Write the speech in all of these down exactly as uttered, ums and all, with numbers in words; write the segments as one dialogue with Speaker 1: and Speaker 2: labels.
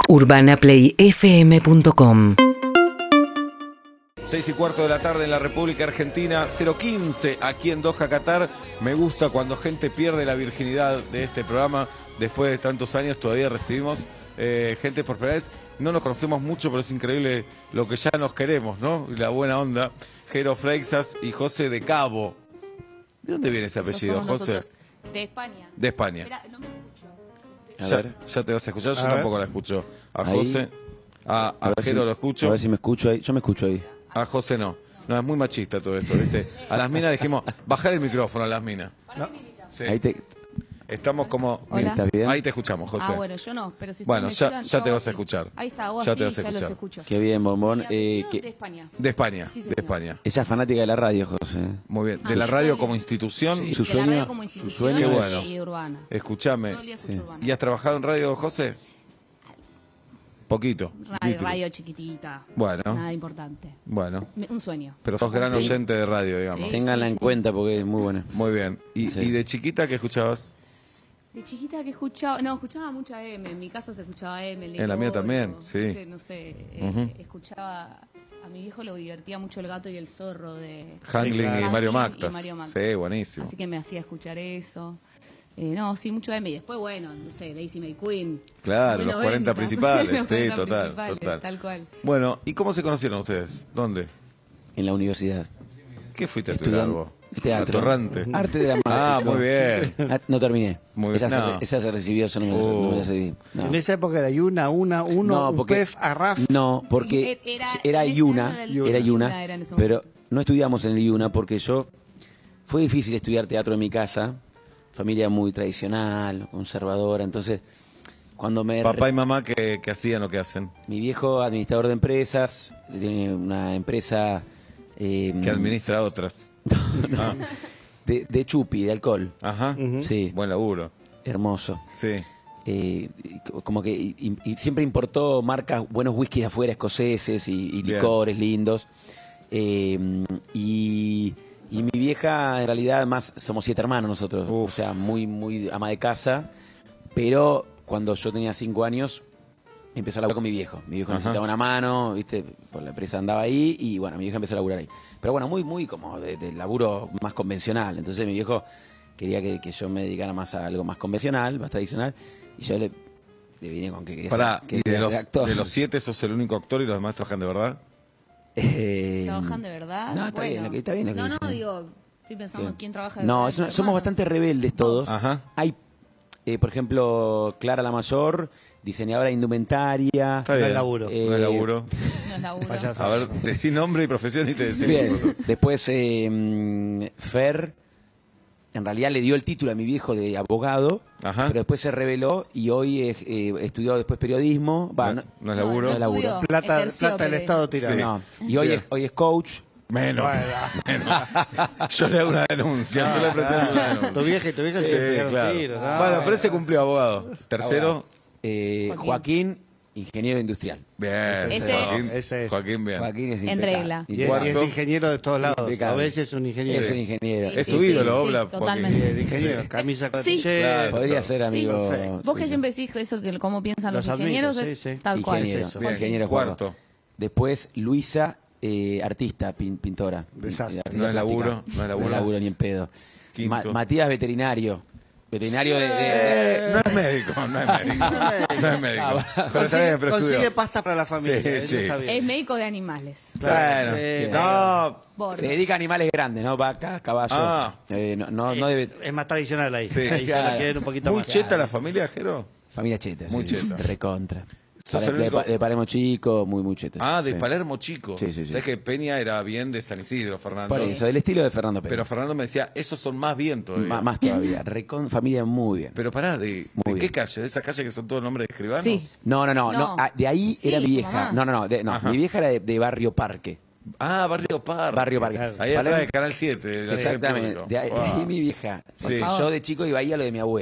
Speaker 1: urbana play f m punto com.
Speaker 2: Seis y cuarto de la tarde en la República Argentina, cero quince aquí en Doha, Qatar. Me gusta cuando gente pierde la virginidad de este programa. Después de tantos años todavía recibimos eh, gente por primera vez. No nos conocemos mucho, pero es increíble lo que ya nos queremos, ¿no? La buena onda. Jero Freixas y José de Cabo. ¿De dónde viene ese apellido, José?
Speaker 3: Nosotros. De España.
Speaker 2: De España.
Speaker 3: Espera, no me escucho.
Speaker 4: A
Speaker 2: Ya,
Speaker 4: ver.
Speaker 2: ya te vas a escuchar, yo
Speaker 4: A
Speaker 2: tampoco
Speaker 4: ver.
Speaker 2: la escucho. A
Speaker 4: Ahí.
Speaker 2: José, a, a,
Speaker 4: A ver si-
Speaker 2: Jero lo escucho.
Speaker 4: A ver si me escucho ahí. Yo me escucho ahí.
Speaker 2: A José no. No, es muy machista todo esto, ¿viste? A las minas dijimos, bajar el micrófono a las minas.
Speaker 3: No.
Speaker 2: Sí.
Speaker 4: Ahí te...
Speaker 2: Estamos como...
Speaker 3: Hola.
Speaker 4: ¿Estás bien?
Speaker 2: Ahí te escuchamos, José.
Speaker 3: Ah, bueno, yo no, pero si
Speaker 2: Bueno,
Speaker 3: ustedes
Speaker 2: ya-
Speaker 3: me
Speaker 2: ya
Speaker 3: escuchan,
Speaker 2: te
Speaker 3: yo
Speaker 2: vas a
Speaker 3: sí.
Speaker 2: escuchar.
Speaker 3: Ahí está, vos
Speaker 2: Ya
Speaker 3: así,
Speaker 2: te vas a
Speaker 3: ya los
Speaker 2: escuchar.
Speaker 3: escucho.
Speaker 4: Qué bien, Bombón.
Speaker 3: Mi
Speaker 4: Eh,
Speaker 3: apellido
Speaker 4: que...
Speaker 3: de España.
Speaker 2: De España,
Speaker 3: Sí,
Speaker 2: de
Speaker 3: señor.
Speaker 2: España.
Speaker 4: Ella es fanática de la radio, José.
Speaker 2: Muy bien. De
Speaker 3: Ah,
Speaker 2: la
Speaker 3: su
Speaker 2: radio
Speaker 3: sueño.
Speaker 2: como institución,
Speaker 4: Sí. Su
Speaker 3: de la
Speaker 4: sueño-
Speaker 3: radio como
Speaker 4: su
Speaker 3: institución
Speaker 4: sueño
Speaker 2: Qué
Speaker 3: y-
Speaker 2: bueno.
Speaker 3: y de urbana.
Speaker 2: escúchame.
Speaker 3: Todo el día escucho
Speaker 4: Sí.
Speaker 3: urbana.
Speaker 2: ¿Y has trabajado en radio, José? Poquito.
Speaker 3: Radio,
Speaker 2: Little.
Speaker 3: radio chiquitita.
Speaker 2: Bueno.
Speaker 3: Nada importante.
Speaker 2: Bueno.
Speaker 3: Me- Un sueño.
Speaker 2: Pero sos gran
Speaker 4: Sí.
Speaker 2: oyente de radio, digamos.
Speaker 3: Sí.
Speaker 4: Ténganla en cuenta porque es muy buena.
Speaker 2: Muy bien. ¿Y,
Speaker 4: Sí.
Speaker 2: y de chiquita qué escuchabas?
Speaker 3: De chiquita que escuchaba, no, escuchaba mucha M, en mi casa se escuchaba M. el
Speaker 2: En la mía
Speaker 3: Oro,
Speaker 2: también, sí.
Speaker 3: ¿viste? No sé, eh,
Speaker 2: Ujú.
Speaker 3: escuchaba, a mi viejo lo divertía mucho El gato y el zorro de
Speaker 2: Hangling
Speaker 4: claro.
Speaker 2: y Mario
Speaker 3: Hangling
Speaker 2: Mactas.
Speaker 3: y Mario Mactas.
Speaker 2: Sí, buenísimo.
Speaker 3: Así que me hacía escuchar eso. Eh, no, sí, mucho M. Y después, bueno, no sé, Daisy May Queen.
Speaker 2: Claro,
Speaker 3: Muy
Speaker 2: los cuarenta
Speaker 3: noventas.
Speaker 2: principales.
Speaker 3: Los
Speaker 2: Sí,
Speaker 3: cuarenta
Speaker 2: total,
Speaker 3: principales,
Speaker 2: total.
Speaker 3: Tal cual.
Speaker 2: Bueno, ¿y cómo se conocieron ustedes? ¿Dónde?
Speaker 4: En la universidad.
Speaker 2: ¿Qué fuiste a estudiar
Speaker 4: Estudiando
Speaker 2: vos?
Speaker 4: teatro.
Speaker 2: Atorrante.
Speaker 4: Arte dramático.
Speaker 2: Ah, muy bien.
Speaker 4: Ah, no terminé.
Speaker 2: Muy
Speaker 4: ella,
Speaker 2: bien.
Speaker 4: se,
Speaker 2: No.
Speaker 4: ella se recibió, yo no me,
Speaker 2: Oh.
Speaker 4: no me recibí. No.
Speaker 5: En esa época era Yuna, una, uno,
Speaker 4: No,
Speaker 5: un
Speaker 4: porque-
Speaker 5: pef, arraf.
Speaker 4: No, porque
Speaker 3: Sí, era-
Speaker 4: era
Speaker 3: en ese
Speaker 4: Yuna,
Speaker 3: año era el-
Speaker 4: era
Speaker 3: Yuna
Speaker 4: Yuna,
Speaker 3: era en ese
Speaker 4: pero no estudiamos en el Yuna porque yo, fue difícil estudiar teatro en mi casa, familia muy tradicional, conservadora, entonces cuando me...
Speaker 2: Papá y mamá, ¿qué, qué hacían o qué hacen?
Speaker 4: Mi viejo, administrador de empresas, tiene una empresa... eh,
Speaker 2: Que administra otras. Ah,
Speaker 4: de, de chupi, de alcohol,
Speaker 2: ajá.
Speaker 4: sí,
Speaker 2: Buen laburo.
Speaker 4: hermoso.
Speaker 2: Sí.
Speaker 4: Eh, como que y, y siempre importó marcas, buenos whiskies de afuera, escoceses y, y
Speaker 2: Bien.
Speaker 4: licores lindos. Eh, y, y mi vieja, en realidad, además, somos siete hermanos nosotros,
Speaker 2: Uf.
Speaker 4: o sea, muy, muy ama de casa. Pero cuando yo tenía cinco años, empezó a laburar con mi viejo. Mi viejo
Speaker 2: Ajá.
Speaker 4: necesitaba una mano, ¿viste? Por la empresa andaba ahí y bueno, mi vieja empezó a laburar ahí. Pero bueno, muy, muy como de, de laburo más convencional. Entonces mi viejo quería que, que yo me dedicara más a algo más convencional, más tradicional. Y yo le, le vine con que quería
Speaker 2: Pará,
Speaker 4: ser, que
Speaker 2: ¿y de
Speaker 4: quería
Speaker 2: los,
Speaker 4: ser actor.
Speaker 2: de los siete sos el único actor y los demás trabajan de verdad?
Speaker 4: Eh,
Speaker 3: ¿Trabajan de verdad?
Speaker 4: No, está
Speaker 3: Bueno.
Speaker 4: bien, lo que- está bien lo que
Speaker 3: No, no,
Speaker 4: dice.
Speaker 3: digo, estoy pensando
Speaker 4: Sí.
Speaker 3: en quién trabaja de
Speaker 4: No,
Speaker 3: verdad.
Speaker 4: es una-
Speaker 3: mis
Speaker 4: somos
Speaker 3: hermanos.
Speaker 4: bastante rebeldes todos.
Speaker 2: Ajá.
Speaker 4: Hay, eh, por ejemplo, Clara la Mayor, diseñadora de indumentaria.
Speaker 2: Está
Speaker 5: No
Speaker 2: bien.
Speaker 5: es laburo.
Speaker 4: Eh,
Speaker 2: No es laburo.
Speaker 3: No es laburo.
Speaker 5: Payaso.
Speaker 2: A ver, decí nombre y profesión y te decimos.
Speaker 4: Bien. Después, eh, mm, Fer, en realidad le dio el título a mi viejo de abogado,
Speaker 2: Ajá.
Speaker 4: pero después se reveló y hoy eh, eh, estudió después periodismo. Va,
Speaker 2: No,
Speaker 4: no-
Speaker 2: no es laburo.
Speaker 4: No es laburo.
Speaker 3: estudió,
Speaker 5: Plata,
Speaker 3: ejerció
Speaker 5: plata del
Speaker 3: periodismo.
Speaker 5: Estado tirado.
Speaker 2: Sí.
Speaker 4: no. Y hoy
Speaker 2: Bien.
Speaker 4: es, hoy es coach.
Speaker 2: Menos. menos. Yo le hago una denuncia. Yo le presento una denuncia.
Speaker 5: Tu vieja y tu vieja
Speaker 2: Sí,
Speaker 5: se pegaron
Speaker 2: claro.
Speaker 5: tiros. ¿no?
Speaker 2: Bueno, pero ese cumplió abogado. Tercero.
Speaker 4: Eh,
Speaker 3: Joaquín.
Speaker 4: Joaquín, ingeniero industrial.
Speaker 2: Bien.
Speaker 3: Ese-
Speaker 2: Joaquín,
Speaker 5: ese es.
Speaker 2: Joaquín, bien.
Speaker 4: Joaquín es
Speaker 3: En
Speaker 4: impecable.
Speaker 3: regla.
Speaker 5: Y es, y es
Speaker 2: Cuarto.
Speaker 5: ingeniero de todos lados.
Speaker 4: Impecable.
Speaker 5: A veces es un ingeniero.
Speaker 4: Es un ingeniero.
Speaker 3: Sí,
Speaker 2: Es
Speaker 3: sí,
Speaker 2: tu
Speaker 3: sí,
Speaker 2: ídolo,
Speaker 3: sí,
Speaker 2: habla, Joaquín.
Speaker 3: totalmente.
Speaker 5: De ingeniero, camisa con
Speaker 3: Sí.
Speaker 5: t-shirt.
Speaker 2: Claro.
Speaker 4: Podría ser
Speaker 3: Sí,
Speaker 4: amigo.
Speaker 5: perfecto.
Speaker 3: Vos que
Speaker 4: suyo.
Speaker 3: siempre decís eso, que cómo piensan los,
Speaker 5: Los admiro,
Speaker 3: ingenieros,
Speaker 5: sí,
Speaker 3: es
Speaker 5: sí.
Speaker 3: tal cual.
Speaker 4: Ingeniero,
Speaker 5: es eso.
Speaker 2: Bien.
Speaker 4: ingeniero
Speaker 2: Cuarto.
Speaker 4: Juan. Después Luisa, eh, artista, pin- pintora.
Speaker 5: Desastre.
Speaker 4: Eh, artista
Speaker 2: No es laburo,
Speaker 4: plástica.
Speaker 2: no es laburo.
Speaker 4: laburo ni en pedo.
Speaker 2: Quinto.
Speaker 4: Ma- Matías, veterinario. Veterinario de... de-
Speaker 2: Eh, no es médico, no es médico. No es médico.
Speaker 4: Ah,
Speaker 2: Pero está
Speaker 5: Consigue,
Speaker 2: bien, pero
Speaker 5: consigue
Speaker 2: estudió.
Speaker 5: pasta para la familia.
Speaker 2: Sí,
Speaker 5: eso
Speaker 2: sí.
Speaker 5: está bien.
Speaker 3: Es médico de animales.
Speaker 5: Claro,
Speaker 2: Bueno,
Speaker 5: sí,
Speaker 2: no.
Speaker 3: Bordo.
Speaker 4: Se dedica a animales grandes, ¿no? Vacas, caballos.
Speaker 2: Ah.
Speaker 4: Eh, no, no, no
Speaker 5: es,
Speaker 4: debe...
Speaker 5: es más tradicional ahí.
Speaker 2: Sí.
Speaker 5: Ahí ya
Speaker 4: Claro.
Speaker 5: lo quieren un poquito
Speaker 2: Muy
Speaker 5: más.
Speaker 2: cheta la familia, Jero.
Speaker 4: Familia cheta.
Speaker 2: Muy
Speaker 4: sí,
Speaker 2: cheta.
Speaker 4: Recontra.
Speaker 2: ¿Sos
Speaker 4: Pare-
Speaker 2: el
Speaker 4: de,
Speaker 2: único?
Speaker 4: de Palermo chico, muy, muy cheta.
Speaker 2: Ah, de
Speaker 4: Sí.
Speaker 2: Palermo chico.
Speaker 4: Sí, sí, sí.
Speaker 2: Sabes que Peña era bien de San Isidro, Fernando.
Speaker 4: Por eso, del estilo de Fernando Pérez.
Speaker 2: Pero Fernando me decía, esos son más bien todavía.
Speaker 4: Ma- más todavía. Recon, familia muy bien.
Speaker 2: Pero pará, ¿de,
Speaker 4: Muy
Speaker 2: de qué
Speaker 4: bien.
Speaker 2: calle? ¿De esa calle que son todos nombres de escribanos?
Speaker 3: Sí.
Speaker 4: No, no, no, no.
Speaker 3: No.
Speaker 4: ah, de ahí
Speaker 3: Sí,
Speaker 4: era mi
Speaker 3: tu
Speaker 4: vieja.
Speaker 3: mamá.
Speaker 4: No, no, no. de- no
Speaker 2: Ajá.
Speaker 4: mi vieja era de, de Barrio Parque.
Speaker 2: Ah, Barrio Parque.
Speaker 4: Barrio Parque.
Speaker 5: Claro.
Speaker 2: Ahí
Speaker 4: Palermo-
Speaker 2: atrás de Canal siete. de la
Speaker 4: Exactamente.
Speaker 2: Público.
Speaker 4: De ahí, de
Speaker 2: Wow.
Speaker 4: ahí mi vieja.
Speaker 2: Sí.
Speaker 4: Yo de chico iba ahí a lo de mi abuela.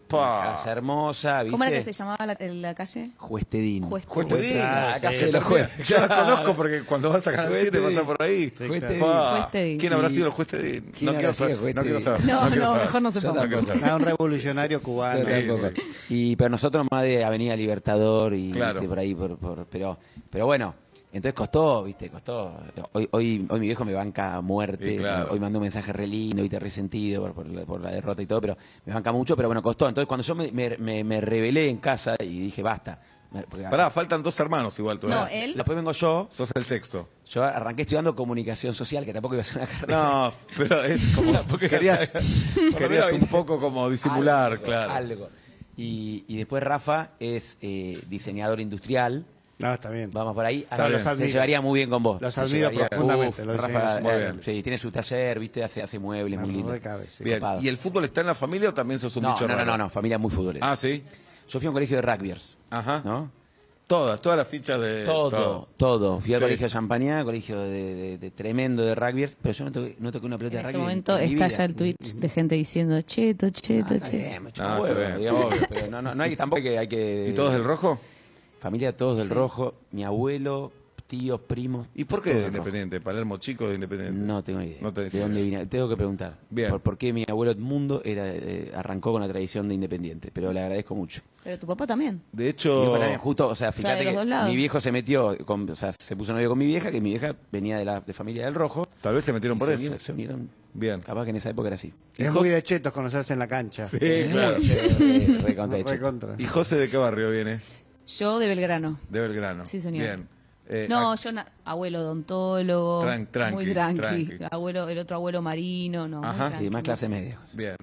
Speaker 2: Pa.
Speaker 4: Una casa hermosa, ¿viste?
Speaker 3: ¿Cómo era que se llamaba la, la calle?
Speaker 4: Juestedín.
Speaker 3: Juez-
Speaker 2: Juestedín.
Speaker 5: Ah,
Speaker 4: La calle
Speaker 5: sí,
Speaker 4: de los
Speaker 2: Yo
Speaker 4: jueces.
Speaker 2: la conozco porque cuando vas a Canal siete
Speaker 4: Juestedín.
Speaker 2: pasa por ahí.
Speaker 4: Juestedín.
Speaker 2: Pa.
Speaker 3: Juestedín.
Speaker 2: ¿Quién habrá
Speaker 4: Y-
Speaker 2: sido el Juestedín?
Speaker 4: ¿Quién
Speaker 2: No
Speaker 4: habrá
Speaker 2: quiero
Speaker 4: sido
Speaker 2: saber.
Speaker 4: el
Speaker 2: No quiero
Speaker 4: Juestedín?
Speaker 2: saber.
Speaker 3: No,
Speaker 2: quiero
Speaker 3: no,
Speaker 2: saber.
Speaker 3: mejor no se
Speaker 2: Yo
Speaker 3: ponga.
Speaker 2: quiero saber.
Speaker 5: Ah, un revolucionario cubano.
Speaker 2: Sí,
Speaker 4: Tampoco.
Speaker 2: sí.
Speaker 4: Y pero nosotros más de Avenida Libertador y
Speaker 2: Claro.
Speaker 4: viste, por ahí, por, por- pero, pero bueno, entonces costó, viste, costó. Hoy, hoy, hoy mi viejo me banca a muerte.
Speaker 2: Sí, claro.
Speaker 4: Hoy mandó un mensaje re lindo, viste, resentido por, por, la, por la derrota y todo, pero me banca mucho, pero bueno, costó. Entonces cuando yo me, me, me, me rebelé en casa y dije, basta. me- porque-
Speaker 2: Pará, faltan dos hermanos igual tú.
Speaker 3: No,
Speaker 2: ¿eh?
Speaker 3: él.
Speaker 4: Después vengo yo,
Speaker 2: Sos el sexto.
Speaker 4: yo arranqué estudiando comunicación social, que tampoco iba a ser una carrera.
Speaker 2: No, pero es como. querías querías un poco como disimular,
Speaker 4: Algo,
Speaker 2: claro.
Speaker 4: algo. Y, y después Rafa es eh, diseñador industrial.
Speaker 5: No, está bien.
Speaker 4: Vamos por ahí.
Speaker 2: Está
Speaker 4: Así
Speaker 2: bien.
Speaker 4: que
Speaker 5: Los
Speaker 4: se
Speaker 5: admiro.
Speaker 4: llevaría muy bien con vos.
Speaker 5: Los
Speaker 4: Se
Speaker 5: admiro
Speaker 4: llevaría-
Speaker 5: profundamente,
Speaker 4: Uf,
Speaker 5: los
Speaker 4: Rafa,
Speaker 5: diseñadores.
Speaker 2: Muy
Speaker 4: eh,
Speaker 2: bien.
Speaker 4: sí, tiene su taller, viste, hace, hace muebles, muy
Speaker 5: No,
Speaker 4: lindo.
Speaker 5: no cabe, sí.
Speaker 2: Bien.
Speaker 4: Copado.
Speaker 2: ¿Y el fútbol está en la familia o también sos un
Speaker 4: No,
Speaker 2: bicho
Speaker 4: no, no,
Speaker 2: raro?
Speaker 4: no, no, familia muy futbolera.
Speaker 2: Ah, sí.
Speaker 4: Yo fui a un colegio de rugbyers,
Speaker 2: Ajá.
Speaker 4: ¿no?
Speaker 2: Todas, todas las fichas de.
Speaker 4: Todo, todo. Fui al
Speaker 2: Sí.
Speaker 4: colegio de Champañá, colegio de, de- de tremendo de rugbyers, pero yo no toqué, no toqué una pelota
Speaker 3: En
Speaker 4: de
Speaker 3: este
Speaker 4: rugby.
Speaker 3: momento
Speaker 4: en mi
Speaker 3: está
Speaker 4: vida.
Speaker 3: ya el Twitch de gente diciendo cheto,
Speaker 4: Ah,
Speaker 3: cheto,
Speaker 4: está
Speaker 3: cheto.
Speaker 4: bien, me chupa
Speaker 2: Ah,
Speaker 4: un
Speaker 2: está
Speaker 4: huevo,
Speaker 2: bien.
Speaker 4: digamos,
Speaker 2: Obvio.
Speaker 4: pero no, no, no hay tampoco que hay que.
Speaker 2: ¿Y todos del rojo?
Speaker 4: Familia todos del
Speaker 3: Sí.
Speaker 4: rojo, mi abuelo, tíos, primos.
Speaker 2: ¿Y por qué
Speaker 4: todos
Speaker 2: de
Speaker 4: del rojo.
Speaker 2: Independiente? ¿Palermo chico de Independiente?
Speaker 4: No tengo idea.
Speaker 2: No tenés
Speaker 4: ¿De
Speaker 2: idea.
Speaker 4: dónde vine? Tengo que preguntar.
Speaker 2: Bien.
Speaker 4: Por, por qué mi abuelo Edmundo era, eh, arrancó con la tradición de Independiente, pero le agradezco mucho.
Speaker 3: Pero tu papá también.
Speaker 2: De
Speaker 4: Mi
Speaker 2: hecho.
Speaker 4: viejo también, justo, o sea,
Speaker 3: sea,
Speaker 4: fíjate
Speaker 3: de los
Speaker 4: que
Speaker 3: dos lados.
Speaker 4: mi viejo se metió, con, o sea, se puso novio con mi vieja, que mi vieja venía de la de familia del rojo.
Speaker 2: Tal vez se metieron
Speaker 4: y
Speaker 2: por
Speaker 4: se
Speaker 2: eso.
Speaker 4: unieron, se unieron.
Speaker 2: Bien.
Speaker 4: Capaz que en esa época era así.
Speaker 5: Es
Speaker 2: Hijos-
Speaker 5: muy de chetos conocerse en la cancha.
Speaker 2: Sí, claro.
Speaker 4: Eh, recontra de cheto.
Speaker 5: Recontra.
Speaker 2: ¿Y José de qué barrio viene?
Speaker 3: Yo de Belgrano.
Speaker 2: De Belgrano.
Speaker 3: Sí, señor.
Speaker 2: Bien. Eh,
Speaker 3: No,
Speaker 2: ac-
Speaker 3: yo, na- abuelo odontólogo.
Speaker 2: Tran- tranqui,
Speaker 3: muy tranqui.
Speaker 2: tranqui.
Speaker 3: Abuelo, el otro abuelo marino, no. muy
Speaker 2: Ajá.
Speaker 3: tranqui.
Speaker 4: Y más clase media. José.
Speaker 2: Bien.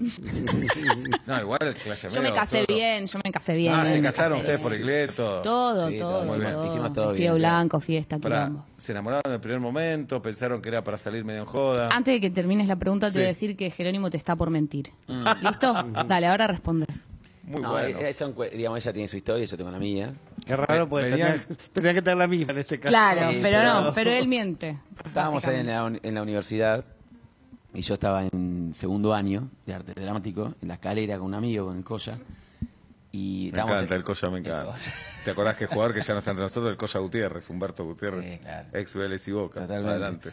Speaker 2: No, igual clase
Speaker 3: Yo me
Speaker 2: media,
Speaker 3: casé
Speaker 2: todo.
Speaker 3: bien, yo me casé bien.
Speaker 2: Ah, se
Speaker 3: me
Speaker 2: casaron
Speaker 3: casé
Speaker 2: ustedes
Speaker 3: bien.
Speaker 2: por iglesia, todo.
Speaker 3: Todo,
Speaker 4: Sí,
Speaker 3: todo,
Speaker 4: muy
Speaker 2: bien.
Speaker 3: todo.
Speaker 4: Hicimos todo
Speaker 3: Vestido
Speaker 4: bien.
Speaker 3: blanco, fiesta,
Speaker 2: Pará,
Speaker 3: quilombo.
Speaker 2: ¿se enamoraron en el primer momento? ¿Pensaron que era para salir medio en joda?
Speaker 3: Antes de que termines la pregunta,
Speaker 2: Sí.
Speaker 3: te voy a decir que Jerónimo te está por mentir. ¿Listo? Dale, ahora responde.
Speaker 2: Muy
Speaker 4: No,
Speaker 2: bueno.
Speaker 4: eh, eh, son cue- digamos, ella tiene su historia, yo tengo la mía.
Speaker 5: Qué raro, pues
Speaker 2: Venían-
Speaker 5: tenía, tenía que tener la misma en este caso.
Speaker 3: Claro,
Speaker 4: Sí,
Speaker 3: pero,
Speaker 4: pero-
Speaker 3: no, pero él miente.
Speaker 4: Estábamos ahí en
Speaker 3: básicamente.
Speaker 4: la, uni- en la universidad y yo estaba en segundo año de arte dramático, en la escalera con un amigo, con el Colla. Y
Speaker 2: Me
Speaker 4: estábamos
Speaker 2: encanta
Speaker 4: en-
Speaker 2: el Colla, me encanta.
Speaker 4: Colla.
Speaker 2: ¿Te acordás que jugador que ya no está entre nosotros? El Colla Gutiérrez, Humberto Gutiérrez.
Speaker 4: Sí, claro.
Speaker 2: Ex Vélez y Boca.
Speaker 4: Totalmente.
Speaker 2: Adelante.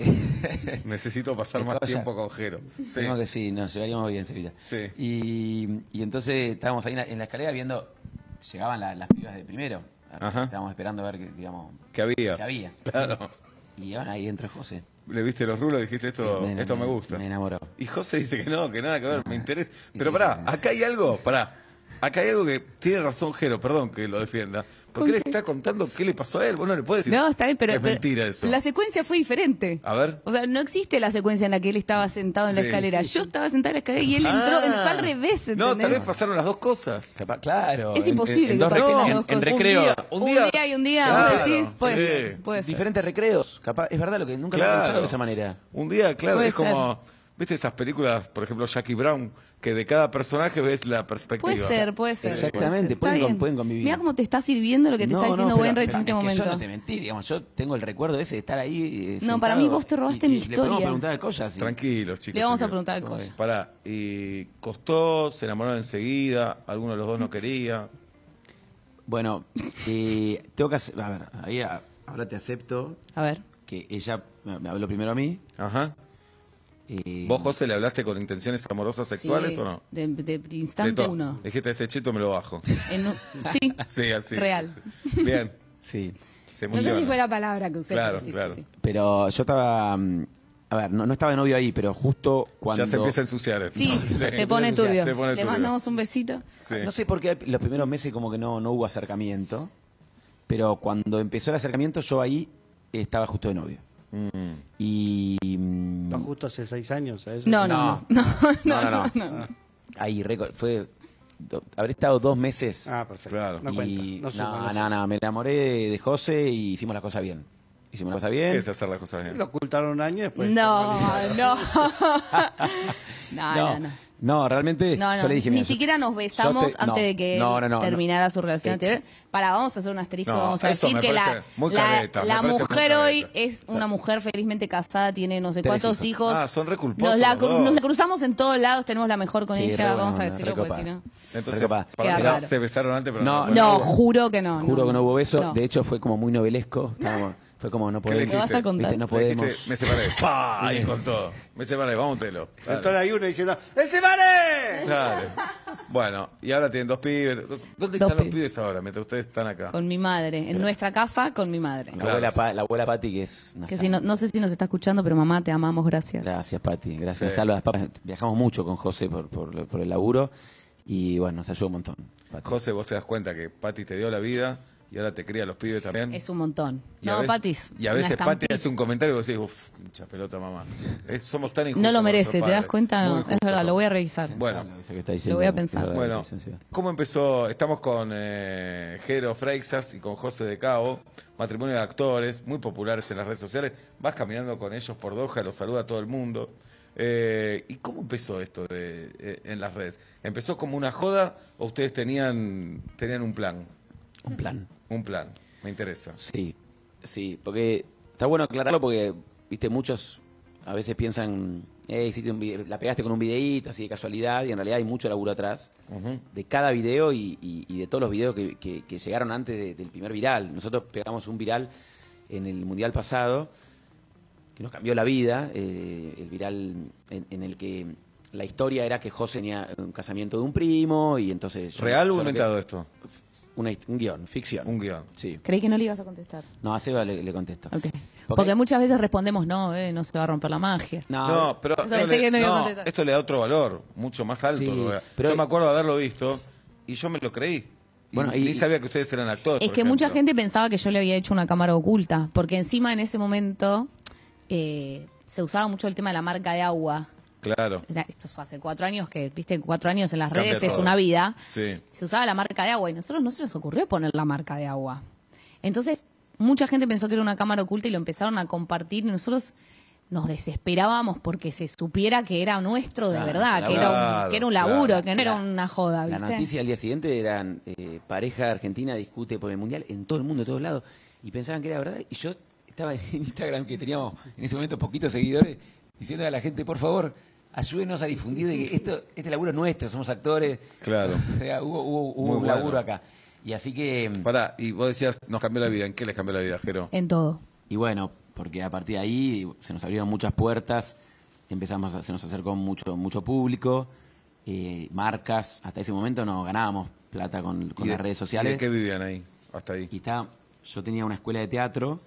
Speaker 2: Necesito pasar
Speaker 4: El
Speaker 2: más
Speaker 4: Colla.
Speaker 2: tiempo con Jero. Sí.
Speaker 4: Tenemos que sí, nos llevaríamos bien, Sevilla.
Speaker 2: Sí.
Speaker 4: Y, y entonces estábamos ahí en la, en la escalera viendo, llegaban la- las pibas de primero.
Speaker 2: Ajá.
Speaker 4: Estábamos esperando a ver, que, digamos,
Speaker 2: ¿Qué había?
Speaker 4: qué había.
Speaker 2: Claro.
Speaker 4: Y bueno, ahí entra José.
Speaker 2: Le viste los rulos y dijiste esto,
Speaker 4: Me-
Speaker 2: esto me,
Speaker 4: me-
Speaker 2: gusta.
Speaker 4: me enamoró.
Speaker 2: Y José dice que no, que nada que ver, me interesa. Pero
Speaker 4: Sí,
Speaker 2: pará,
Speaker 4: sí.
Speaker 2: acá hay algo, pará. Acá hay algo que tiene razón Jero, perdón que lo defienda. Porque él está contando qué le pasó a él. Vos no le puedes decir.
Speaker 3: No, está bien, pero,
Speaker 2: Es
Speaker 3: pero
Speaker 2: mentira eso.
Speaker 3: la secuencia fue diferente.
Speaker 2: A ver.
Speaker 3: O sea, no existe la secuencia en la que él estaba sentado en la
Speaker 2: Sí.
Speaker 3: escalera. Yo estaba sentada en la escalera y él entró,
Speaker 2: Ah.
Speaker 3: fue al revés, ¿entendés?
Speaker 2: No, tal vez pasaron las dos cosas.
Speaker 4: Capaz- claro.
Speaker 3: Es
Speaker 4: en-
Speaker 3: imposible
Speaker 4: en, en
Speaker 3: que
Speaker 4: dos
Speaker 3: pasen
Speaker 4: rec-
Speaker 3: las
Speaker 4: en-
Speaker 3: dos
Speaker 4: en
Speaker 3: cosas.
Speaker 4: recreo.
Speaker 2: Un día,
Speaker 3: Un día y un día,
Speaker 2: Claro,
Speaker 3: vos decís, puede
Speaker 2: sí.
Speaker 3: ser, puede ser.
Speaker 4: Diferentes recreos. Capaz, es verdad lo que nunca lo he
Speaker 2: Claro.
Speaker 4: pensado de esa manera.
Speaker 2: Un día, claro,
Speaker 3: Puede
Speaker 2: es como. ¿Viste esas películas, por ejemplo, Jackie Brown, que de cada personaje ves la perspectiva?
Speaker 3: Puede ser, puede ser.
Speaker 4: Exactamente,
Speaker 3: puede
Speaker 4: pueden
Speaker 3: ser. Está
Speaker 4: con-
Speaker 3: bien.
Speaker 4: pueden convivir.
Speaker 3: Mira cómo te está sirviendo lo que te
Speaker 4: No,
Speaker 3: está
Speaker 4: no,
Speaker 3: diciendo
Speaker 4: pero-
Speaker 3: Wainwright
Speaker 4: pero
Speaker 3: en este
Speaker 4: es que
Speaker 3: momento.
Speaker 4: yo no te mentí, digamos, yo tengo el recuerdo ese de estar ahí. eh,
Speaker 3: No, para
Speaker 4: sentado
Speaker 3: mí vos te robaste
Speaker 4: y-
Speaker 3: mi
Speaker 4: y Le podemos
Speaker 3: historia.
Speaker 4: preguntar cosas. sí.
Speaker 2: Tranquilos, chicos.
Speaker 3: Le vamos a
Speaker 2: tranquilos.
Speaker 3: preguntar al Colla.
Speaker 2: Pará, y costó, se enamoraron enseguida, alguno de los dos no quería.
Speaker 4: Bueno, eh, tengo que hacer. A ver, ahí a- ahora te acepto
Speaker 3: A ver.
Speaker 4: que ella me me habló primero a mí.
Speaker 2: Ajá.
Speaker 4: eh,
Speaker 2: ¿Vos, José, le hablaste con intenciones amorosas sexuales
Speaker 3: Sí,
Speaker 2: o no?
Speaker 3: De, de
Speaker 2: De
Speaker 3: instante
Speaker 2: todo.
Speaker 3: uno.
Speaker 2: Dijiste, este cheto me lo bajo.
Speaker 3: En un- sí,
Speaker 2: Sí, así.
Speaker 3: real.
Speaker 2: Bien.
Speaker 4: Sí.
Speaker 2: Se
Speaker 3: No sé
Speaker 2: emociona.
Speaker 3: si fue la palabra que usé.
Speaker 2: Claro,
Speaker 3: pero sí,
Speaker 2: claro.
Speaker 3: sí.
Speaker 4: Pero yo estaba. mm, A ver, no, no estaba de novio ahí, pero justo cuando.
Speaker 2: Ya se empieza a ensuciar esto.
Speaker 3: Sí, se pone turbio.
Speaker 2: Se pone
Speaker 3: Le
Speaker 2: turbio.
Speaker 3: mandamos un besito.
Speaker 2: Sí.
Speaker 4: No sé por qué los primeros meses como que no, no hubo acercamiento, pero cuando empezó el acercamiento yo ahí estaba justo de novio.
Speaker 2: Mm.
Speaker 4: Y... mm,
Speaker 5: No, justo hace seis años. ¿a eso?
Speaker 3: No, no, no.
Speaker 4: No, no, no. Ahí, récord, fue... do- Habré estado dos meses
Speaker 5: Ah, perfecto.
Speaker 2: Claro.
Speaker 5: No cuenta.
Speaker 4: y...
Speaker 5: No, suma,
Speaker 4: no,
Speaker 5: no
Speaker 4: no,
Speaker 5: suma.
Speaker 4: no, me enamoré de José y hicimos las cosas bien. Hicimos las cosas
Speaker 2: ¿Qué
Speaker 4: bien.
Speaker 2: es hacer las cosas bien?
Speaker 5: Lo ocultaron un año y después.
Speaker 3: No,
Speaker 5: formalizaron.
Speaker 3: no. No, no, no.
Speaker 4: No, realmente
Speaker 3: No, no,
Speaker 4: yo le dije...
Speaker 3: ni
Speaker 4: mira, yo-
Speaker 3: siquiera nos besamos
Speaker 4: yo te-
Speaker 3: antes
Speaker 4: no,
Speaker 3: de que
Speaker 4: no, no, no,
Speaker 3: terminara
Speaker 4: no.
Speaker 3: su relación
Speaker 4: Sí.
Speaker 3: anterior. Para, vamos a hacer un asterisco,
Speaker 2: No,
Speaker 3: vamos a
Speaker 2: eso
Speaker 3: decir
Speaker 2: me
Speaker 3: que la,
Speaker 2: parece muy
Speaker 3: la,
Speaker 2: careta, me
Speaker 3: la
Speaker 2: parece muy
Speaker 3: mujer hoy
Speaker 2: careta.
Speaker 3: es una mujer felizmente casada, tiene no sé
Speaker 4: Tres
Speaker 3: cuántos
Speaker 4: hijos.
Speaker 3: hijos.
Speaker 2: Ah, son re culposos
Speaker 3: Nos la,
Speaker 2: los dos.
Speaker 3: nos la cruzamos en todos lados, tenemos la mejor con
Speaker 4: Sí, re
Speaker 3: ella,
Speaker 4: buena
Speaker 3: vamos a
Speaker 4: onda,
Speaker 3: decirlo
Speaker 4: re
Speaker 3: porque
Speaker 4: copada.
Speaker 3: si no...
Speaker 2: Entonces,
Speaker 4: Recopa.
Speaker 2: para
Speaker 3: Queda
Speaker 2: mí
Speaker 3: raro.
Speaker 2: se besaron antes, pero
Speaker 4: No,
Speaker 2: no.
Speaker 3: No,
Speaker 4: no.
Speaker 3: juro que no.
Speaker 4: Juro
Speaker 3: no,
Speaker 4: que no hubo beso.
Speaker 3: no.
Speaker 4: De hecho, fue como muy novelesco. Estábamos- fue como no
Speaker 2: ¿Qué le
Speaker 4: podemos...
Speaker 3: ¿Qué vas a
Speaker 2: dijiste?
Speaker 3: contar?
Speaker 4: ¿Viste? No
Speaker 2: Le
Speaker 4: podemos...
Speaker 2: dijiste, me separé. ¡Pah! Ahí con todo. Me separé, vamos, Telo. Dale.
Speaker 5: Entonces hay uno diciendo, ¡me separé!
Speaker 2: Dale. Bueno, y ahora tienen dos pibes. ¿Dónde
Speaker 3: Dos
Speaker 2: están los
Speaker 3: pibes.
Speaker 2: pibes ahora? Mientras ustedes están acá.
Speaker 3: Con mi madre, en nuestra casa con mi madre.
Speaker 4: La,
Speaker 2: Claro.
Speaker 4: abuela, Pa- la abuela Pati, que es una
Speaker 3: Que
Speaker 4: santa.
Speaker 3: si no, no sé si nos está escuchando, pero mamá, te amamos, gracias.
Speaker 4: Gracias, Pati. Gracias.
Speaker 2: Sí.
Speaker 4: Salva las papas. Viajamos mucho con José por, por, por el laburo y bueno, nos ayudó un montón. Pati.
Speaker 2: José, vos te das cuenta que Pati te dio la vida y ahora te cría a los pibes también.
Speaker 3: Es un montón.
Speaker 2: Y a
Speaker 3: No,
Speaker 2: veces-
Speaker 3: Patis.
Speaker 2: Y a
Speaker 3: una
Speaker 2: veces Pati
Speaker 3: estampita.
Speaker 2: hace un comentario y vos decís, uff, hincha pelota, mamá. Eh, somos tan injustos.
Speaker 3: No lo
Speaker 2: con
Speaker 3: merece,
Speaker 2: nuestros
Speaker 3: ¿te das
Speaker 2: padres.
Speaker 3: cuenta?
Speaker 2: Muy
Speaker 3: No, es
Speaker 2: injustos
Speaker 3: verdad, lo
Speaker 2: somos.
Speaker 3: voy a revisar.
Speaker 2: Bueno,
Speaker 4: Eso que está diciendo,
Speaker 3: Lo voy a pensar.
Speaker 4: es verdad,
Speaker 2: Bueno,
Speaker 4: licenciado.
Speaker 2: ¿cómo empezó? Estamos con eh, Jero Freixas y con José de Cabo, matrimonio de actores, muy populares en las redes sociales. Vas caminando con ellos por Doha, los saluda a todo el mundo. Eh, ¿Y cómo empezó esto de, eh, en las redes? ¿Empezó como una joda o ustedes tenían, tenían un plan?
Speaker 4: Un plan.
Speaker 2: Un plan, me interesa.
Speaker 4: Sí, sí, porque está bueno aclararlo porque, viste, muchos a veces piensan, eh, hiciste un video- la pegaste con un videíto así de casualidad y en realidad hay mucho laburo atrás
Speaker 2: Ujú.
Speaker 4: de cada video y, y- y de todos los videos que, que- que llegaron antes de- del primer viral. Nosotros pegamos un viral en el Mundial pasado que nos cambió la vida, eh, el viral en, en el que la historia era que José tenía un casamiento de un primo y entonces... yo-
Speaker 2: ¿Real
Speaker 4: yo
Speaker 2: o
Speaker 4: lo que-
Speaker 2: inventado esto?
Speaker 4: una hist- un guión, ficción.
Speaker 2: Un guión.
Speaker 4: Sí.
Speaker 3: Creí que no le ibas a contestar.
Speaker 4: No, a Seba le, le contesto.
Speaker 3: Ok.
Speaker 4: Porque-
Speaker 3: Porque muchas veces respondemos, no, eh, no se va a romper la magia.
Speaker 4: No,
Speaker 2: No, pero
Speaker 3: Eso
Speaker 2: esto
Speaker 3: pensé
Speaker 2: le,
Speaker 3: que no iba a
Speaker 2: no,
Speaker 3: contestar.
Speaker 2: esto le da otro valor, mucho más alto.
Speaker 4: Sí,
Speaker 2: todavía.
Speaker 4: pero-
Speaker 2: yo me acuerdo de haberlo visto y yo me lo creí. Y
Speaker 4: Bueno, y-
Speaker 2: ni sabía que ustedes eran actores.
Speaker 3: Es
Speaker 2: por
Speaker 3: que mucha
Speaker 2: ejemplo.
Speaker 3: gente pensaba que yo le había hecho una cámara oculta, porque encima en ese momento eh, se usaba mucho el tema de la marca de agua.
Speaker 2: Claro.
Speaker 3: Era- esto fue hace cuatro años, que viste, cuatro años en las
Speaker 2: Cambia
Speaker 3: redes es
Speaker 2: todo.
Speaker 3: una vida.
Speaker 2: Sí.
Speaker 3: Se usaba la marca de agua y a nosotros no se nos ocurrió poner la marca de agua. Entonces, mucha gente pensó que era una cámara oculta y lo empezaron a compartir y nosotros nos desesperábamos porque se supiera que era nuestro de
Speaker 4: Claro,
Speaker 3: verdad, que,
Speaker 2: claro,
Speaker 3: era un, que era un laburo,
Speaker 2: claro.
Speaker 3: que no era
Speaker 4: La-
Speaker 3: una joda,
Speaker 4: La
Speaker 3: ¿viste?
Speaker 4: noticia al día siguiente eran eh, pareja argentina discute por el mundial en todo el mundo, en todos lados, y pensaban que era verdad. Y yo estaba en Instagram, que teníamos en ese momento poquitos seguidores, diciendo a la gente, por favor, ayúdenos a difundir de que esto, este laburo es nuestro, somos actores.
Speaker 2: Claro.
Speaker 4: O sea, hubo hubo, hubo
Speaker 2: Muy
Speaker 4: un
Speaker 2: bueno.
Speaker 4: laburo acá. Y así que,
Speaker 2: Pará, y vos decías, nos cambió la vida. ¿En qué les cambió la vida, Jero?
Speaker 3: En todo.
Speaker 4: y bueno, porque a partir de ahí se nos abrieron muchas puertas, empezamos a, se nos acercó mucho mucho público, eh, marcas, hasta ese momento no ganábamos plata con, con
Speaker 2: ¿Y de-
Speaker 4: las redes
Speaker 2: ¿Y
Speaker 4: sociales.
Speaker 2: de qué vivían ahí? Hasta ahí.
Speaker 4: Y está, yo tenía una escuela de teatro,